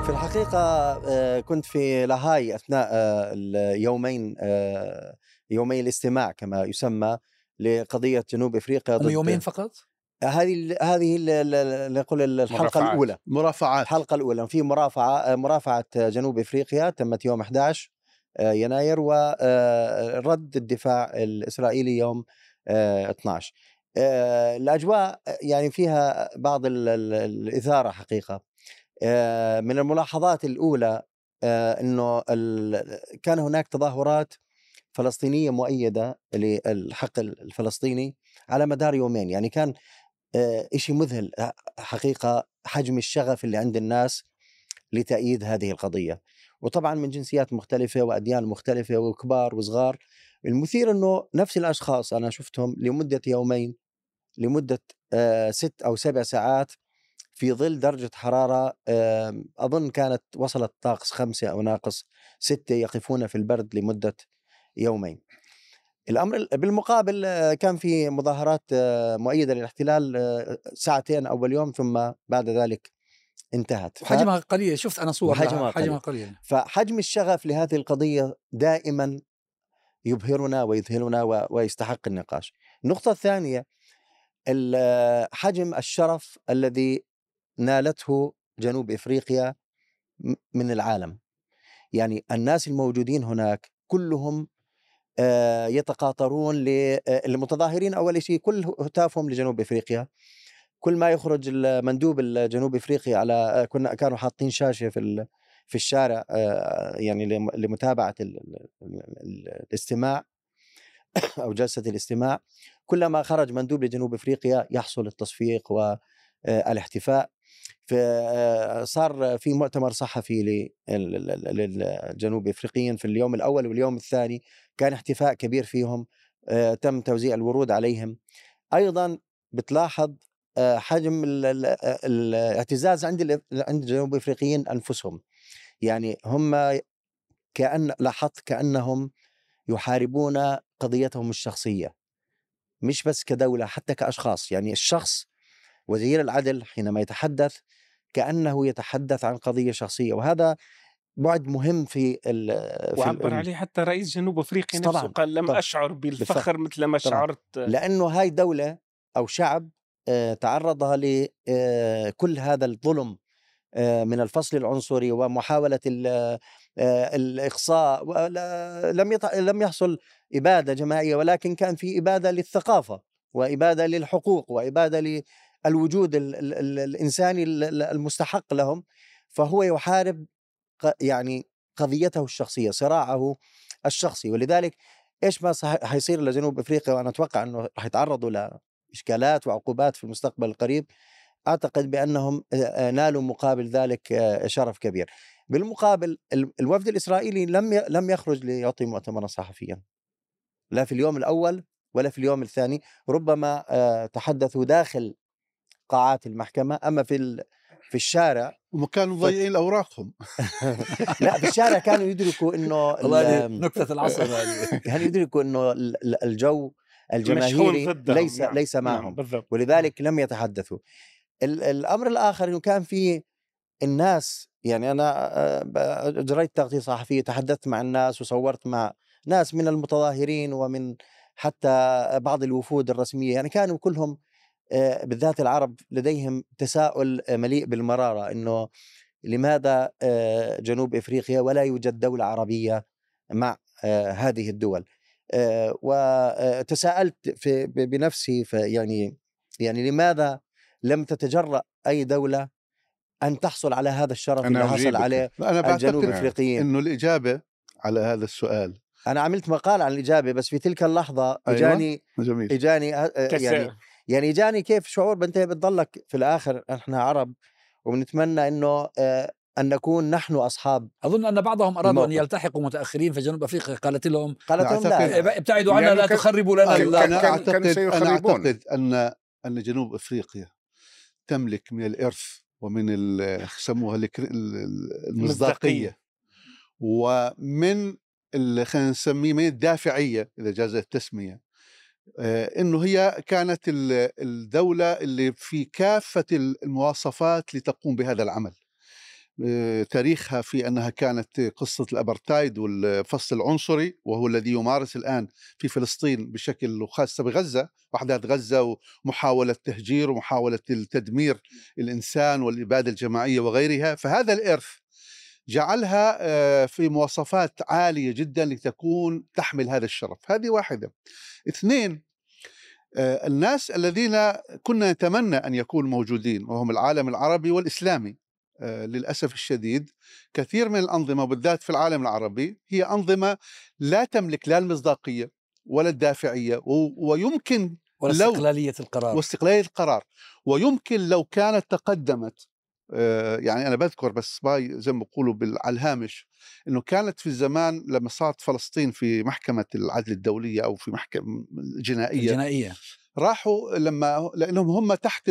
في الحقيقة كنت في لاهاي أثناء اليومين يومي الاستماع كما يسمى لقضية جنوب أفريقيا هم يومين ضد فقط؟ هذه نقول الحلقة الأولى. الحلقة الأولى في مرافعة جنوب أفريقيا تمت يوم 11 يناير، ورد الدفاع الإسرائيلي يوم 12. الأجواء يعني فيها بعض الإثارة حقيقة. من الملاحظات الأولى أنه كان هناك تظاهرات فلسطينية مؤيدة للحق الفلسطيني على مدار يومين. يعني كان إشي مذهل حقيقة حجم الشغف اللي عند الناس لتأييد هذه القضية، وطبعا من جنسيات مختلفة وأديان مختلفة وكبار وصغار. المثير أنه نفس الأشخاص أنا شفتهم لمدة يومين، لمدة 6 أو 7 ساعات في ظل درجة حرارة أظن كانت وصلت ناقص 5 أو ناقص 6، يقفون في البرد لمدة يومين. الأمر بالمقابل كان في مظاهرات مؤيدة للاحتلال ساعتين أول يوم، ثم بعد ذلك انتهت. حجمها قليل، شفت أنا صور لها حجمها قليل. فحجم الشغف لهذه القضية دائما يبهرنا ويذهلنا ويستحق النقاش. النقطة الثانية حجم الشرف الذي نالته جنوب إفريقيا من العالم. يعني الناس الموجودين هناك كلهم يتقاطرون للمتظاهرين. أول شيء كل هتافهم لجنوب إفريقيا. كل ما يخرج المندوب الجنوب إفريقي على كانوا حاطين شاشة في الشارع يعني لمتابعة الاستماع أو جلسة الاستماع. كلما خرج مندوب لجنوب إفريقيا يحصل التصفيق والاحتفاء. صار في مؤتمر صحفي للجنوب افريقيين في اليوم الاول واليوم الثاني، كان احتفاء كبير فيهم، تم توزيع الورود عليهم. ايضا بتلاحظ حجم الاعتزاز عند الجنوب افريقيين انفسهم. يعني هم لاحظت كانهم يحاربون قضيتهم الشخصيه، مش بس كدوله، حتى كاشخاص. يعني الشخص وزير العدل حينما يتحدث كأنه يتحدث عن قضية شخصية، وهذا بعد مهم وعبر عليه حتى رئيس جنوب أفريقيا نفسه، قال لم أشعر بالفخر مثل ما شعرت، لأنه هاي دولة أو شعب تعرض لكل هذا الظلم من الفصل العنصري ومحاولة الإقصاء. لم يحصل إبادة جماعية، ولكن كان في إبادة للثقافة وإبادة للحقوق وإبادة للوجود الإنساني المستحق لهم. فهو يحارب يعني قضيته الشخصية، صراعه الشخصي. ولذلك إيش ما حيصير لجنوب أفريقيا، وأنا أتوقع أنه راح يتعرضوا لإشكالات وعقوبات في المستقبل القريب، أعتقد بأنهم نالوا مقابل ذلك شرف كبير. بالمقابل الوفد الإسرائيلي لم يخرج ليعطي مؤتمرا صحفيا، لا في اليوم الأول ولا في اليوم الثاني. ربما تحدثوا داخل قاعات المحكمة، أما في الشارع وما كانوا مضيعين أوراقهم. لا، في الشارع كانوا يدركوا إنه نكتة العصر هذه كانوا يدركوا إنه الجو الجماهيري ليس معهم. نعم، ولذلك لم يتحدثوا. الأمر الآخر إنه كان في الناس، يعني أنا أجريت تغطية صحفية، تحدثت مع الناس وصورت مع ناس من المتظاهرين ومن حتى بعض الوفود الرسمية. يعني كانوا كلهم بالذات العرب لديهم تساؤل مليء بالمرارة، إنه لماذا جنوب إفريقيا ولا يوجد دولة عربية مع هذه الدول. وتساءلت بنفسي يعني لماذا لم تتجرأ أي دولة أن تحصل على هذا الشرف اللي حصل عليه الجنوب الإفريقيين؟ إنه الإجابة على هذا السؤال، أنا عملت مقال عن الإجابة، بس في تلك اللحظة إجاني يعني إجاني كيف شعور أنت بتضلك في الآخر إحنا عرب وبنتمنى إنه أن نكون نحن أصحاب. أظن أن بعضهم أرادوا أن يلتحقوا متأخرين في جنوب أفريقيا، قالت لهم لا ابتعدوا عنا، لا تخربوا لنا. أنا أعتقد أن جنوب أفريقيا تملك من الإرث ومن يسموها المصداقية ومن خلينا نسميه من الدافعية إذا جاز التسمية، إنه هي كانت الدولة اللي في كافة المواصفات لتقوم بهذا العمل. تاريخها في أنها كانت قصة الأبرتايد والفصل العنصري، وهو الذي يمارس الآن في فلسطين بشكل، وخاصة بغزة، وحدات غزة، ومحاولة تهجير ومحاولة التدمير الإنسان والإبادة الجماعية وغيرها. فهذا الإرث جعلها في مواصفات عالية جدا لتكون تحمل هذا الشرف. هذه واحدة. اثنين، الناس الذين كنا نتمنى أن يكونوا موجودين، وهم العالم العربي والإسلامي. للأسف الشديد كثير من الأنظمة بالذات في العالم العربي هي أنظمة لا تملك لا المصداقية ولا الدافعية، ويمكن واستقلالية القرار واستقلالية القرار، ويمكن لو كانت تقدمت. يعني أنا بذكر بس باي زي ما بقولوا على الهامش، إنه كانت في الزمان لما صارت فلسطين في محكمة العدل الدولية أو في محكمة الجنائية راحوا لأنهم هم تحت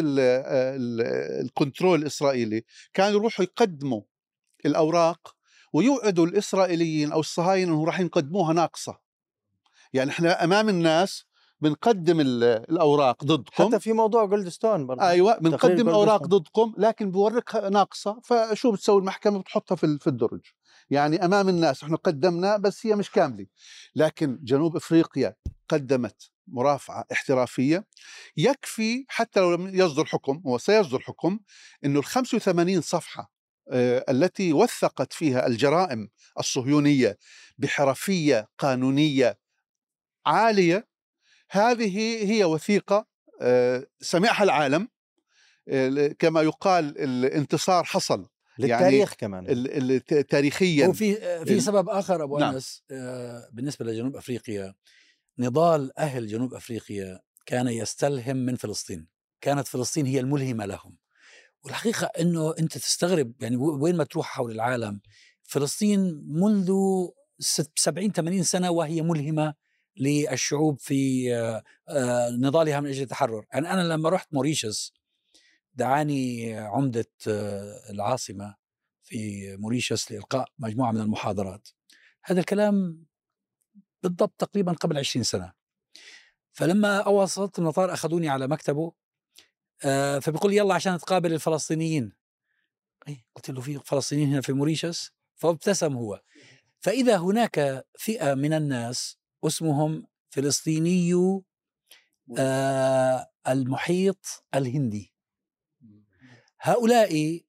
الكنترول الإسرائيلي، كانوا يروحوا يقدموا الأوراق ويوعدوا الإسرائيليين أو الصهاينة أنهم راح يقدموها ناقصة. يعني إحنا أمام الناس بنقدم الأوراق ضدكم، حتى في موضوع جولدستون برضه. أيوة، بنقدم الأوراق ضدكم لكن بورك ناقصة، فشو بتسوي المحكمة؟ بتحطها في الدرج. يعني أمام الناس إحنا قدمنا بس هي مش كاملة. لكن جنوب أفريقيا قدمت مرافعة احترافية. يكفي حتى لو لم يصدر حكم، وسيصدر حكم، إنه 85 صفحة التي وثقت فيها الجرائم الصهيونية بحرفية قانونية عالية، هذه هي وثيقة سمعها العالم. كما يقال الانتصار حصل للتاريخ يعني كمان تاريخيا. وفي سبب آخر أبو نعم. أنس، بالنسبة لجنوب أفريقيا، نضال أهل جنوب أفريقيا كان يستلهم من فلسطين. كانت فلسطين هي الملهمة لهم. والحقيقة أنه أنت تستغرب، يعني وين ما تروح حول العالم، فلسطين منذ 70-80 سنة وهي ملهمة للشعوب في نضالها من أجل التحرر. يعني أنا لما رحت موريشيوس، دعاني عمدة العاصمة في موريشيوس لإلقاء مجموعة من المحاضرات. هذا الكلام بالضبط تقريبا قبل 20 سنة. فلما وصلت المطار أخذوني على مكتبه، فبيقول يلا عشان تقابل الفلسطينيين. قلت له في فلسطينيين هنا في موريشيوس؟ فابتسم هو. فإذا هناك فئة من الناس اسمهم فلسطينيو المحيط الهندي. هؤلاء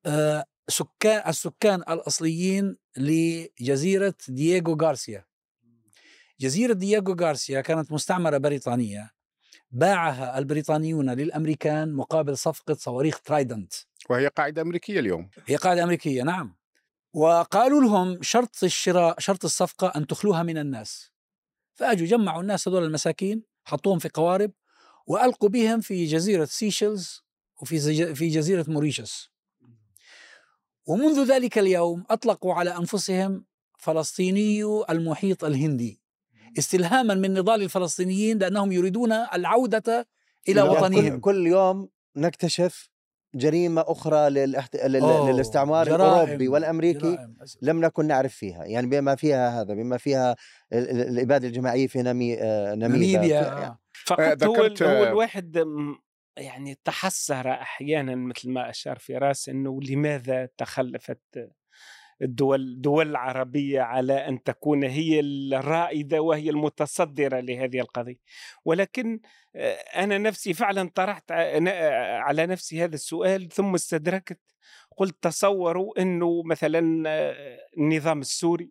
السكان الأصليين لجزيرة دييغو غارسيا. جزيرة دييغو غارسيا كانت مستعمرة بريطانية، باعها البريطانيون للأمريكان مقابل صفقة صواريخ ترايدنت، وهي قاعدة أمريكية اليوم. هي قاعدة أمريكية، نعم. وقالوا لهم شرط الشراء، شرط الصفقة أن تخلوها من الناس. فأجوا جمعوا الناس هذول المساكين، حطوهم في قوارب وألقوا بهم في جزيرة سيشلز وفي جزيرة موريشيوس. ومنذ ذلك اليوم أطلقوا على أنفسهم فلسطينيو المحيط الهندي، استلهاما من نضال الفلسطينيين، لأنهم يريدون العودة إلى وطنهم. كل يوم نكتشف جريمة أخرى للاستعمار الأوروبي والأمريكي لم نكن نعرف فيها، يعني بما فيها بما فيها الإبادة الجماعية في ناميبيا. يعني. فقط هو الواحد يعني تحسر أحيانا مثل ما أشار فراس أنه لماذا تخلفت الدول العربية على أن تكون هي الرائدة وهي المتصدرة لهذه القضية. ولكن أنا نفسي فعلا طرحت على نفسي هذا السؤال، ثم استدركت قلت تصوروا أنه مثلا النظام السوري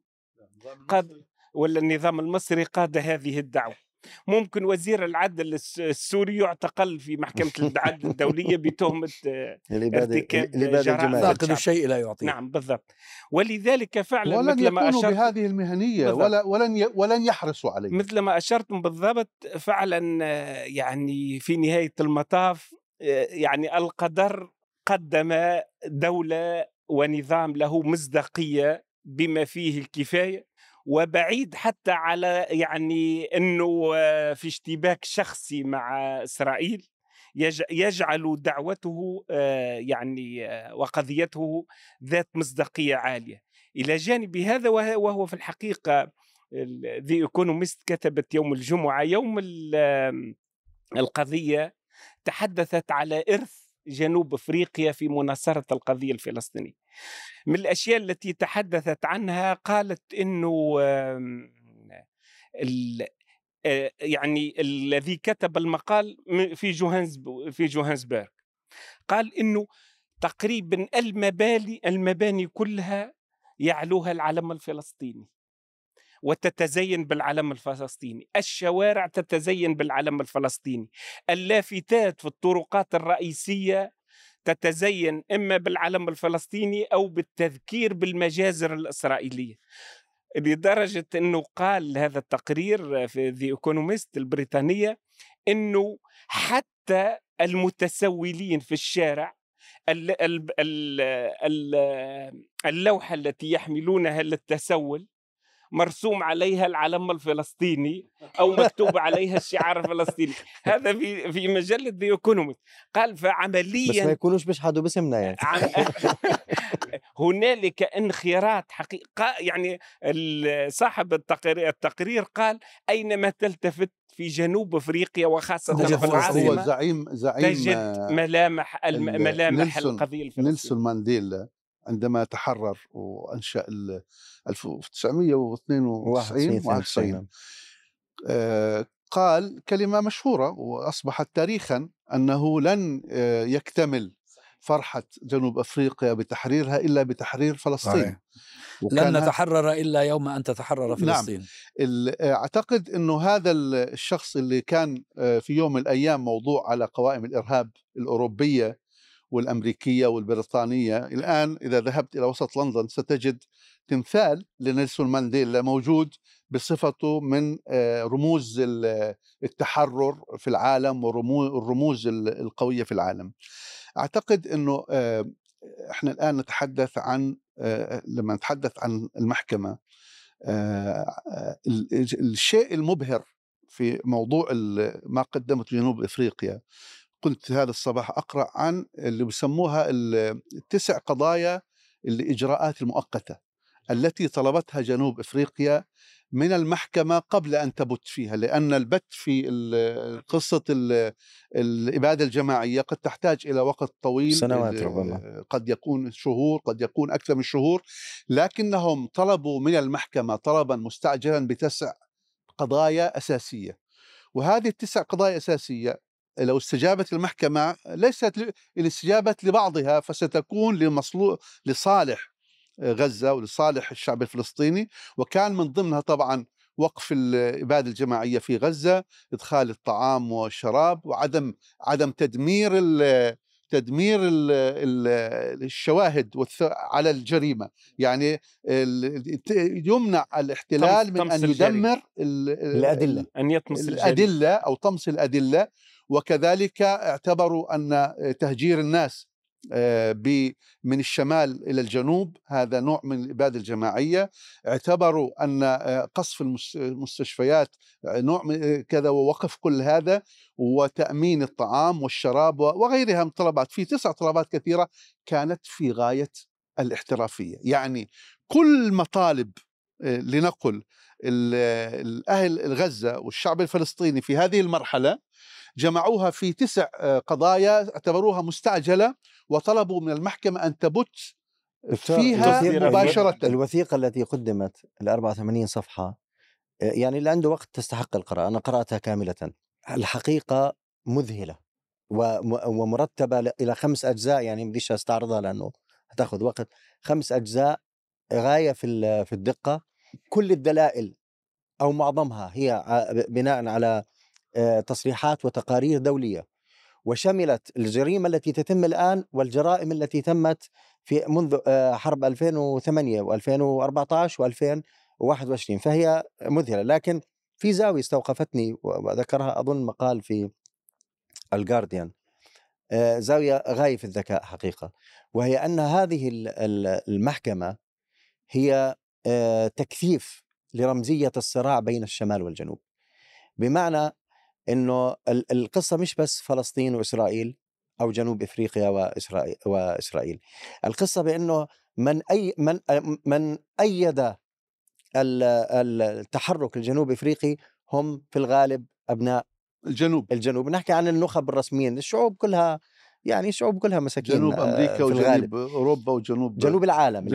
ولا النظام المصري قاد هذه الدعوة. ممكن وزير العدل السوري يعتقل في محكمة العدل الدولية بتهمة ارتكاب جرائم. فاقد الشيء لا يعطيه. نعم بالضبط. ولذلك فعلا ولن مثل ما أشرت بهذه المهنية ولن يحرصوا عليه مثل ما أشرتم بالضبط. فعلا يعني في نهاية المطاف يعني القدر قدم دولة ونظام له مصداقية بما فيه الكفاية، وبعيد حتى على يعني أنه في اشتباك شخصي مع إسرائيل يجعل دعوته يعني وقضيته ذات مصداقية عالية. إلى جانب هذا، وهو في الحقيقة The Economist كتبت يوم الجمعة، يوم القضية، تحدثت على إرث جنوب أفريقيا في مناصرة القضية الفلسطينية. من الأشياء التي تحدثت عنها قالت إنه يعني الذي كتب المقال في جوهانسبرغ قال إنه تقريبا المباني كلها يعلوها العلم الفلسطيني وتتزين بالعلم الفلسطيني، الشوارع تتزين بالعلم الفلسطيني، اللافتات في الطرقات الرئيسية تتزين إما بالعلم الفلسطيني أو بالتذكير بالمجازر الإسرائيلية، لدرجة أنه قال هذا التقرير في The Economist البريطانية أنه حتى المتسولين في الشارع اللوحة التي يحملونها للتسول مرسوم عليها العلم الفلسطيني أو مكتوب عليها الشعار الفلسطيني. هذا في مجلة The Economist. قال فعمليا بس ما يكونوش بيشحدوا باسمنا يعني. هنالك انخراط حقيقة. يعني صاحب التقرير قال أينما تلتفت في جنوب أفريقيا وخاصة في العاصمة هو زعيم تجد ملامح القضية الفلسطينية. نيلسون مانديلا عندما تحرر وأنشأ 1992 قال كلمة مشهورة وأصبحت تاريخا أنه لن يكتمل فرحة جنوب أفريقيا بتحريرها إلا بتحرير فلسطين. لن نتحرر إلا يوم أن تتحرر فلسطين. نعم. أعتقد أنه هذا الشخص اللي كان في يوم من الأيام موضوع على قوائم الإرهاب الأوروبية والأمريكية والبريطانية، الآن إذا ذهبت إلى وسط لندن ستجد تمثال لنيلسون مانديلا موجود بصفته من رموز التحرر في العالم والرموز القوية في العالم. أعتقد أنه إحنا الآن نتحدث عن لما نتحدث عن المحكمة، الشيء المبهر في موضوع ما قدمته جنوب أفريقيا، كنت هذا الصباح أقرأ عن اللي بسموها 9 قضايا الإجراءات المؤقتة التي طلبتها جنوب أفريقيا من المحكمة قبل أن تبت فيها، لأن البت في قصة الإبادة الجماعية قد تحتاج إلى وقت طويل، سنوات ربما، قد يكون شهور، قد يكون أكثر من شهور، لكنهم طلبوا من المحكمة طلبا مستعجلا ب9 قضايا أساسية. وهذه ال9 قضايا أساسية لو استجابت المحكمة ليست الاستجابة لبعضها فستكون لصالح غزة ولصالح الشعب الفلسطيني، وكان من ضمنها طبعا وقف الإبادة الجماعية في غزة، إدخال الطعام والشراب، وعدم تدمير الشواهد على الجريمة، يعني يمنع الاحتلال من أن يدمر الأدلة، أن يطمس الأدلة أو طمس الأدلة. وكذلك اعتبروا أن تهجير الناس من الشمال إلى الجنوب هذا نوع من الإبادة الجماعية. اعتبروا أن قصف المستشفيات نوع من كذا، ووقف كل هذا، وتأمين الطعام والشراب وغيرها من طلبات. في 9 طلبات كثيرة كانت في غاية الاحترافية، يعني كل مطالب لنقل الأهل غزة والشعب الفلسطيني في هذه المرحلة جمعوها في 9 قضايا اعتبروها مستعجلة، وطلبوا من المحكمة أن تبت فيها مباشرة. الوثيقة التي قدمت 84 صفحة يعني اللي عنده وقت تستحق القراءة، أنا قرأتها كاملة. الحقيقة مذهلة ومرتبة إلى 5 أجزاء، يعني ما بديش أستعرضها لأنه هتاخذ وقت. 5 أجزاء غاية في الدقة. كل الدلائل أو معظمها هي بناء على تصريحات وتقارير دولية، وشملت الجريمة التي تتم الآن والجرائم التي تمت في منذ حرب 2008 و2014 و2021، فهي مذهلة. لكن في زاوية استوقفتني وذكرها أظن مقال في الجارديان، زاوية غاية في الذكاء حقيقة، وهي أن هذه المحكمة هي تكثيف لرمزية الصراع بين الشمال والجنوب، بمعنى إنه القصة مش بس فلسطين وإسرائيل أو جنوب إفريقيا وإسرائيل. القصة بأنه من أيد التحرك الجنوب إفريقي هم في الغالب أبناء الجنوب. نحكي عن النخب الرسميين، الشعوب كلها يعني الشعوب كلها مساكين، جنوب أمريكا وجنوب أوروبا وجنوب العالم،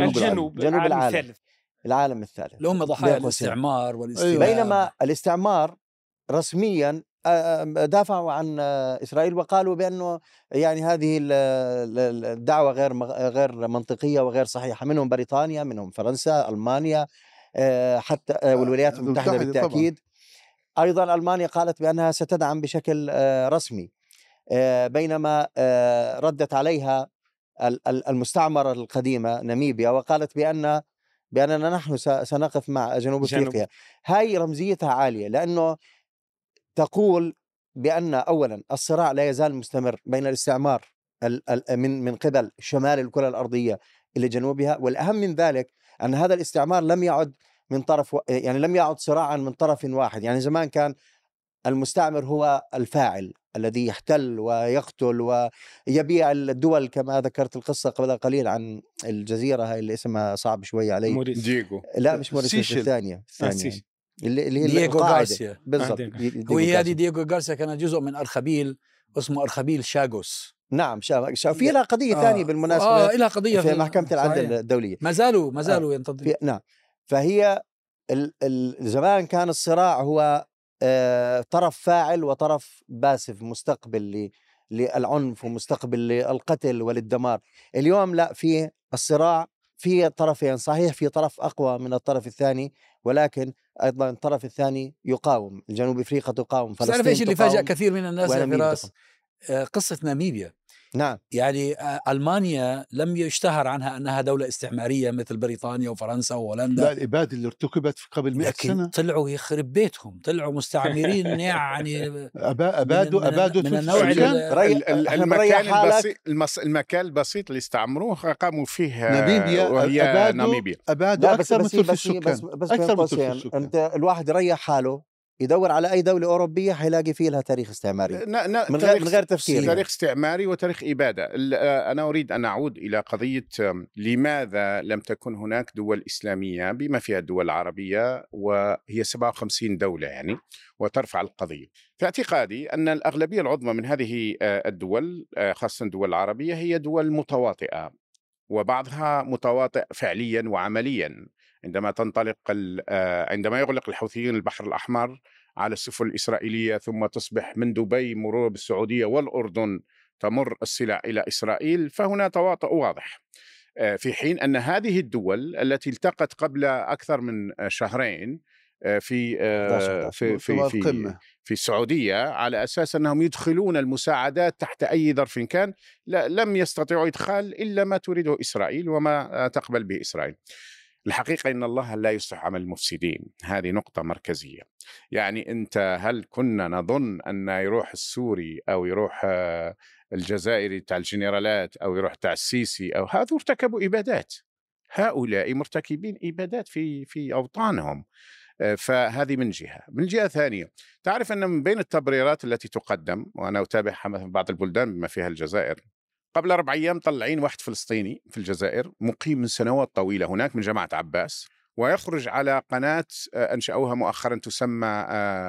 العالم الثالث اللي هم ضحايا الاستعمار والاستيلاء. بينما الاستعمار رسميا دافعوا عن إسرائيل وقالوا بأنه يعني هذه الدعوة غير منطقية وغير صحيحة، منهم بريطانيا، منهم فرنسا، ألمانيا، حتى والولايات المتحدة بالتأكيد طبعا. أيضا ألمانيا قالت بأنها ستدعم بشكل رسمي، بينما ردت عليها المستعمرة القديمة ناميبيا وقالت بأننا نحن سنقف مع جنوب أفريقيا. هاي رمزيتها عالية، لأنه تقول بأن أولا الصراع لا يزال مستمر بين الاستعمار من قبل شمال الكرة الأرضية إلى جنوبها، والأهم من ذلك أن هذا الاستعمار لم يعد من طرف، يعني لم يعد صراعا من طرف واحد. يعني زمان كان المستعمر هو الفاعل الذي يحتل ويقتل ويبيع الدول، كما ذكرت القصة قبل قليل عن الجزيرة هاي اللي اسمها صعب شوية علي، دييغو. لا مش موريسيوس، الثانية اللي هي دييغو غارسيا بالضبط. هي هذه دييغو غارسيا كان جزء من أرخبيل اسمه أرخبيل شاغوس. نعم في لها قضية ثانية بالمناسبة، لها قضية في محكمة العدل الدولية، ما زالوا ينتظرون. نعم. فهي زمان كان الصراع هو طرف فاعل وطرف باسف، مستقبل للعنف ومستقبل للقتل وللدمار. اليوم لا، في الصراع في طرفين، صحيح في طرف أقوى من الطرف الثاني، ولكن أيضا الطرف الثاني يقاوم. الجنوب أفريقيا تقاوم، فلسطين تعرف ايش اللي فاجأ كثير من الناس يا فراس؟ قصة ناميبيا. نعم. يعني ألمانيا لم يشتهر عنها أنها دولة استعمارية مثل بريطانيا وفرنسا وهولندا. لا، الإبادة اللي ارتكبت قبل 100 سنة طلعوا يخرب بيتهم، طلعوا مستعمرين يعني أبادوا من النوع المكان البسيط اللي استعمروه قاموا فيه ناميبيا، وهي ناميبيا أبادوا أكثر من ثلث السكان. بس أنت الواحد يريح حاله يدور على أي دولة أوروبية حيلاقي فيه لها تاريخ استعماري من غير تفكير، تاريخ استعماري وتاريخ إبادة. أنا أريد أن أعود إلى قضية لماذا لم تكن هناك دول إسلامية بما فيها الدول العربية، وهي 57 دولة يعني، وترفع القضية. في اعتقادي أن الأغلبية العظمى من هذه الدول، خاصة الدول العربية، هي دول متواطئة، وبعضها متواطئ فعليا وعمليا. عندما يغلق الحوثيين البحر الأحمر على السفن الإسرائيلية، ثم تصبح من دبي مرور بالسعودية والأردن تمر السلع إلى إسرائيل، فهنا تواطؤ واضح. في حين أن هذه الدول التي التقت قبل أكثر من شهرين في السعودية على أساس أنهم يدخلون المساعدات تحت أي ظرف كان، لم يستطيعوا إدخال إلا ما تريده إسرائيل وما تقبل به إسرائيل. الحقيقة إن الله لا يصلح عمل المفسدين، هذه نقطة مركزية. يعني هل كنا نظن أن يروح السوري أو يروح الجزائري تاع الجنرالات أو يروح تاع السيسي أو هذا ارتكبوا إبادات، هؤلاء مرتكبين إبادات في أوطانهم. فهذه من جهة. من جهة ثانية، تعرف أن من بين التبريرات التي تقدم، وأنا أتابعها مثلا بعض البلدان بما فيها الجزائر، قبل 4 أيام طلعين واحد فلسطيني في الجزائر مقيم من سنوات طويلة هناك من جماعة عباس، ويخرج على قناة أنشأوها مؤخرا تسمى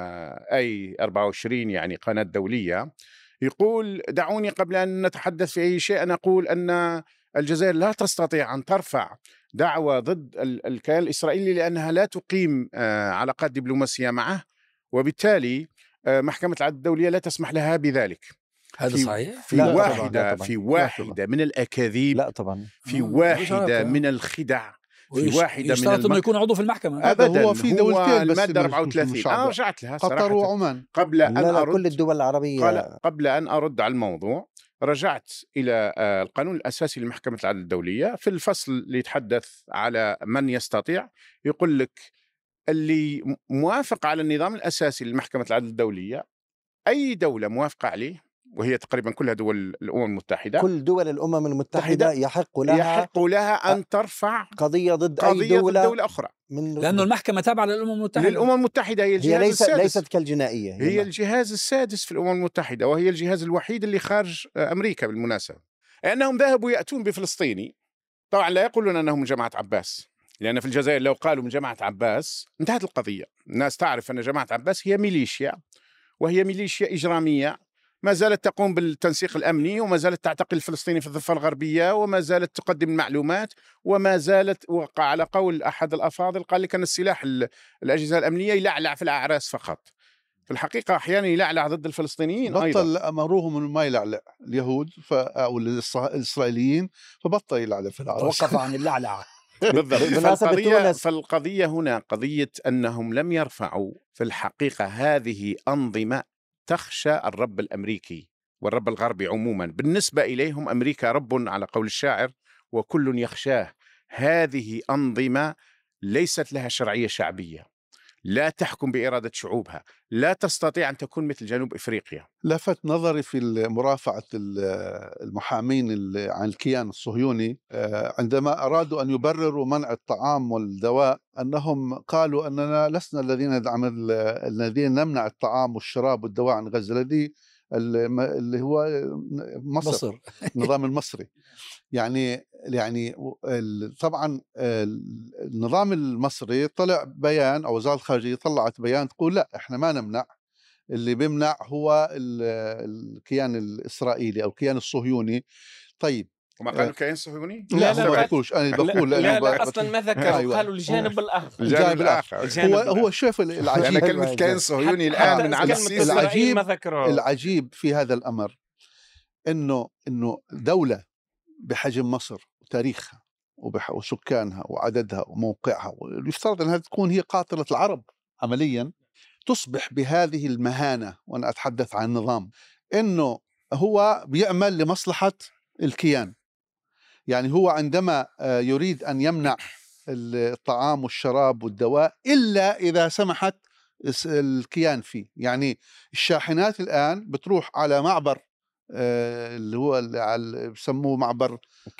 أي 24، يعني قناة دولية، يقول: دعوني قبل أن نتحدث في أي شيء أن أقول أن الجزائر لا تستطيع أن ترفع دعوة ضد الكيان الإسرائيلي لأنها لا تقيم علاقات دبلوماسية معه، وبالتالي محكمة العدل الدولية لا تسمح لها بذلك. هذا صحيح؟ في واحدة من الأكاذيب، لا طبعا، في واحدة من الخدع، في واحدة يشترط أنه يكون عضو في المحكمة. أبدا، هو في دولتين بس، المادة 34 أنا رجعت لها قطر وعمان قبل أن أرد، كل الدول العربية قبل أن أرد على الموضوع رجعت إلى القانون الأساسي لمحكمة العدل الدولية في الفصل اللي يتحدث على من يستطيع، يقول لك اللي موافق على النظام الأساسي لمحكمة العدل الدولية، أي دولة موافقة عليه، وهي تقريبا كلها دول الأمم المتحدة، كل دول الأمم المتحدة يحق لها أن ترفع قضية ضد أي دولة أخرى، لأنه المحكمة تابعة للأمم المتحدة. هي الجهاز السادس، ليست كالجنائية، هي الجهاز السادس في الأمم المتحدة، وهي الجهاز الوحيد اللي خارج أمريكا بالمناسبة. لأنهم ذهبوا يأتون بفلسطيني، طبعا لا يقولون أنهم من جماعة عباس، لأن في الجزائر لو قالوا من جماعة عباس انتهت القضية. الناس تعرف أن جماعة عباس هي ميليشيا، وهي ميليشيا إجرامية ما زالت تقوم بالتنسيق الأمني، وما زالت تعتقل الفلسطيني في الضفة الغربية، وما زالت تقدم المعلومات، وما زالت وقع على قول أحد الأفاضل قال لك أن السلاح الأجهزة الأمنية يلعلع في الأعراس فقط. في الحقيقة أحيانا يلعلع ضد الفلسطينيين أيضا. بطل أمروهم إنه ما يلعلع اليهود أو الإسرائيليين، فبطل يلعلع في الأعراس. توقف عن اللعلعة. فالقضية هنا قضية أنهم لم يرفعوا في الحقيقة هذه أنظمة تخشى الرب الأمريكي والرب الغربي عموما. بالنسبة إليهم أمريكا رب على قول الشاعر وكل يخشاه. هذه أنظمة ليست لها شرعية شعبية، لا تحكم بإرادة شعوبها، لا تستطيع أن تكون مثل جنوب إفريقيا. لفت نظري في مرافعة المحامين عن الكيان الصهيوني عندما أرادوا أن يبرروا منع الطعام والدواء، أنهم قالوا أننا لسنا الذين نمنع الطعام والشراب والدواء عن غزة، اللي هو مصر. النظام المصري. يعني طبعا النظام المصري طلع بيان، أو وزارة الخارجية طلعت بيان تقول لا احنا ما نمنع، اللي بيمنع هو الكيان الإسرائيلي أو الكيان الصهيوني. طيب وما قالوا الكيان الصهيوني؟ لا ما بقولش، أنا بقول لا أصلا ما ذكروا. أيوة. قالوا الجانب الآخر. الجانب الآخر. هو شوف العجيب، يعني كلمة الكيان الصهيوني الآن من على السيس. العجيب في هذا الأمر إنه دولة بحجم مصر وتاريخها وسكانها وعددها وموقعها، ويفترض أنها تكون هي قاطرة العرب عمليا، تصبح بهذه المهانة. وأنا أتحدث عن النظام إنه هو بيعمل لمصلحة الكيان. يعني هو عندما يريد أن يمنع الطعام والشراب والدواء إلا إذا سمحت الكيان فيه. يعني الشاحنات الآن بتروح على معبر اللي هو بسموه معبر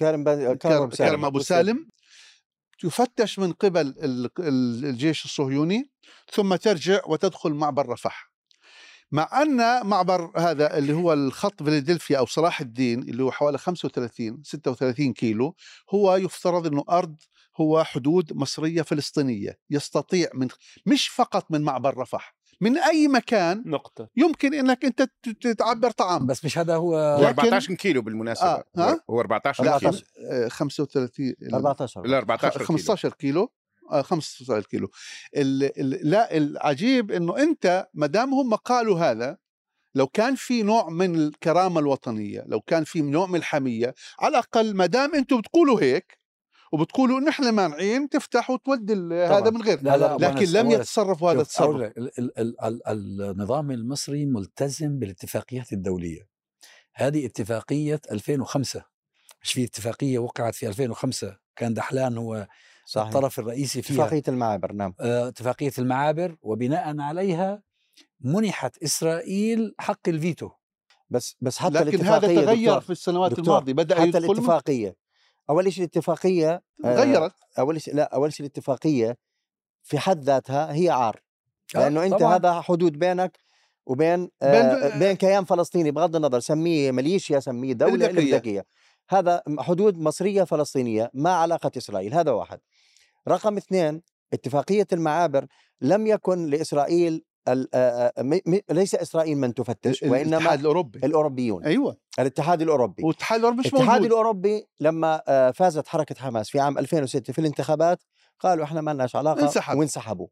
كرم أبو سالم، تفتش من قبل الجيش الصهيوني، ثم ترجع وتدخل معبر رفح. مع أن معبر هذا اللي هو الخط فيلادلفيا أو صلاح الدين اللي هو حوالي 35-36 كيلو، هو يفترض أنه أرض، هو حدود مصرية فلسطينية، يستطيع مش فقط من معبر رفح، من أي مكان نقطة يمكن أنك أنت تعبر طعام. بس مش هذا هو 14 كيلو بالمناسبة. هو 14 كيلو. 35 14 15 كيلو 15 كيلو. لا العجيب انه انت مدام هم قالوا هذا، لو كان في نوع من الكرامة الوطنية، لو كان في نوع من الحمية، على الأقل مدام انتم بتقولوا هيك وبتقولوا نحن مانعين تفتح وتودي هذا من غير. لكن لم يتصرفوا هذا التصرف. النظام المصري ملتزم بالاتفاقيات الدولية. هذه اتفاقية 2005، مش في اتفاقية وقعت في 2005 كان دحلان هو صحيح الطرف الرئيسي فيها، اتفاقية المعابر. نعم، اتفاقية المعابر، وبناء عليها منحت إسرائيل حق الفيتو. بس حتى لكن هذا تغير في السنوات الماضية. بدأ حتى الاتفاقية أول شيء الاتفاقية غيرت. أول شيء الاتفاقية في حد ذاتها هي عار، لأنه أنت طبعاً. هذا حدود بينك وبين بين كيان فلسطيني، بغض النظر سميه ميليشيا سميه دولة ذكية، هذا حدود مصرية فلسطينية ما علاقة إسرائيل. هذا واحد. رقم 2، اتفاقية المعابر لم يكن لإسرائيل ليس إسرائيل من تفتش، وإنما الاتحاد الأوروبي، الأوروبيون. أيوة، الاتحاد الأوروبي. والاتحاد الأوروبي مش الاتحاد موجود. الأوروبي لما فازت حركة حماس في عام 2006 في الانتخابات قالوا إحنا ما لناش علاقة وانسحبوا.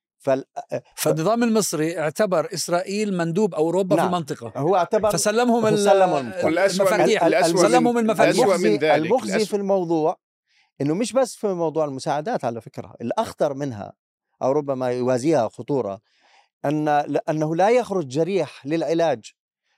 فالنظام المصري اعتبر إسرائيل مندوب أوروبا في المنطقة، هو اعتبر فسلمهم المفاتيح، سلمهم المفاتيح. المخزي في الموضوع إنه مش بس في موضوع المساعدات، على فكرة الأخطر منها أو ربما يوازيها خطورة أنه لا يخرج جريح للعلاج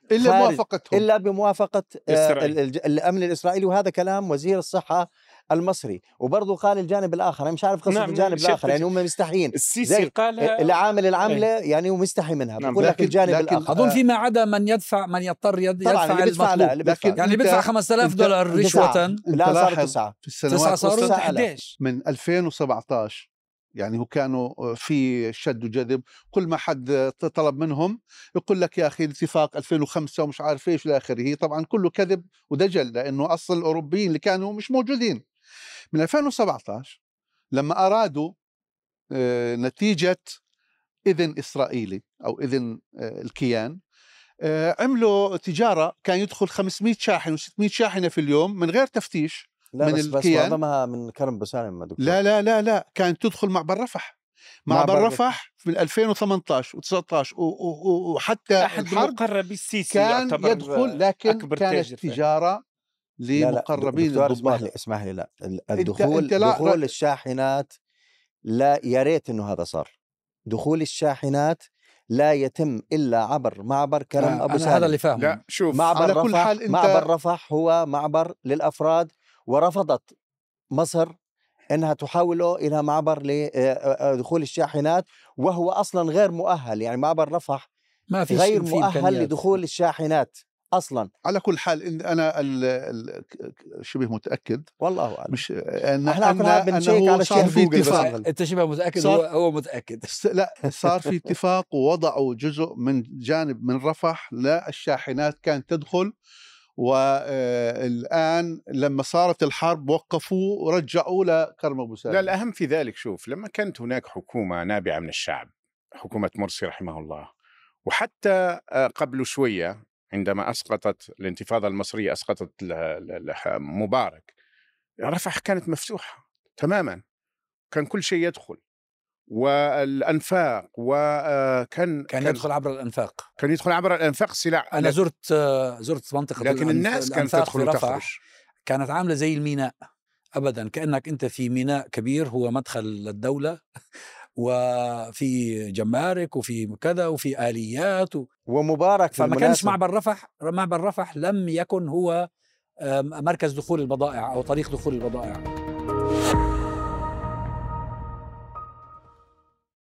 إلا بموافقة الأمن الإسرائيلي. وهذا كلام وزير الصحة المصري. وبرضه قال الجانب الآخر، أنا مش عارف قصة الجانب الآخر، يعني هم مستحيين. السيسي قال العامل العملة يعني ومستحي منها. بقول لك الجانب الآخر. أظن فيما عدا من يضطر يدفع المطلوب. يعني بيدفع $5000 رشوة. لا صار 9 في السنوات صاروا 11 من 2017. يعني هو كانوا في شد وجذب، كل ما حد طلب منهم يقول لك يا أخي الاتفاق 2005 ومش عارف إيش إلى آخره. طبعا كله كذب ودجل، لأنه أصل الأوروبيين اللي كانوا مش موجودين. من 2017 لما أرادوا نتيجة إذن إسرائيلي أو إذن الكيان، عملوا تجارة، كان يدخل 500 شاحن و600 شاحنة في اليوم من غير تفتيش. لا من بس معظمها من كرم بوسالم دكتور. لا كانت تدخل معبر رفح. معبر رفح من 2018 و19 وحتى أحد مقربي السيسي كان يدخل، لكن كانت تجارة لمقربين الضباط. اسمح لي لا دخول الشاحنات لا، يا ريت انه هذا صار. دخول الشاحنات لا يتم الا عبر معبر كرم ابو سالم. هذا اللي فاهمه. لا شوف، على كل حال معبر رفح هو معبر للافراد، ورفضت مصر انها تحوله الى معبر لدخول الشاحنات، وهو اصلا غير مؤهل. يعني معبر رفح ما في غير مؤهل لدخول الشاحنات اصلا. على كل حال انا شبه متاكد، والله اعلم، مش احنا بنشيك على صار في اتفاق. انت شبه متاكد؟ هو متاكد. لا، صار في اتفاق ووضعوا جزء من جانب من رفح للشاحنات كانت تدخل، والآن لما صارت الحرب وقفوا ورجعوا لكرم أبو سالم. لا، الأهم في ذلك شوف، لما كانت هناك حكومة نابعة من الشعب، حكومة مرسي رحمه الله، وحتى قبل شوية عندما أسقطت الانتفاضة المصرية، أسقطت مبارك، رفح كانت مفتوحة تماما، كان كل شيء يدخل، والأنفاق، وكان يدخل عبر الأنفاق، كان يدخل عبر الأنفاق سلاح. أنا زرت منطقة، لكن الناس كانت تدخل وتخرج، كانت عاملة زي الميناء أبدا، كأنك أنت في ميناء كبير هو مدخل للدولة، وفي جمارك وفي كذا وفي آليات ومبارك. فما كانش معبر رفح لم يكن هو مركز دخول البضائع أو طريق دخول البضائع.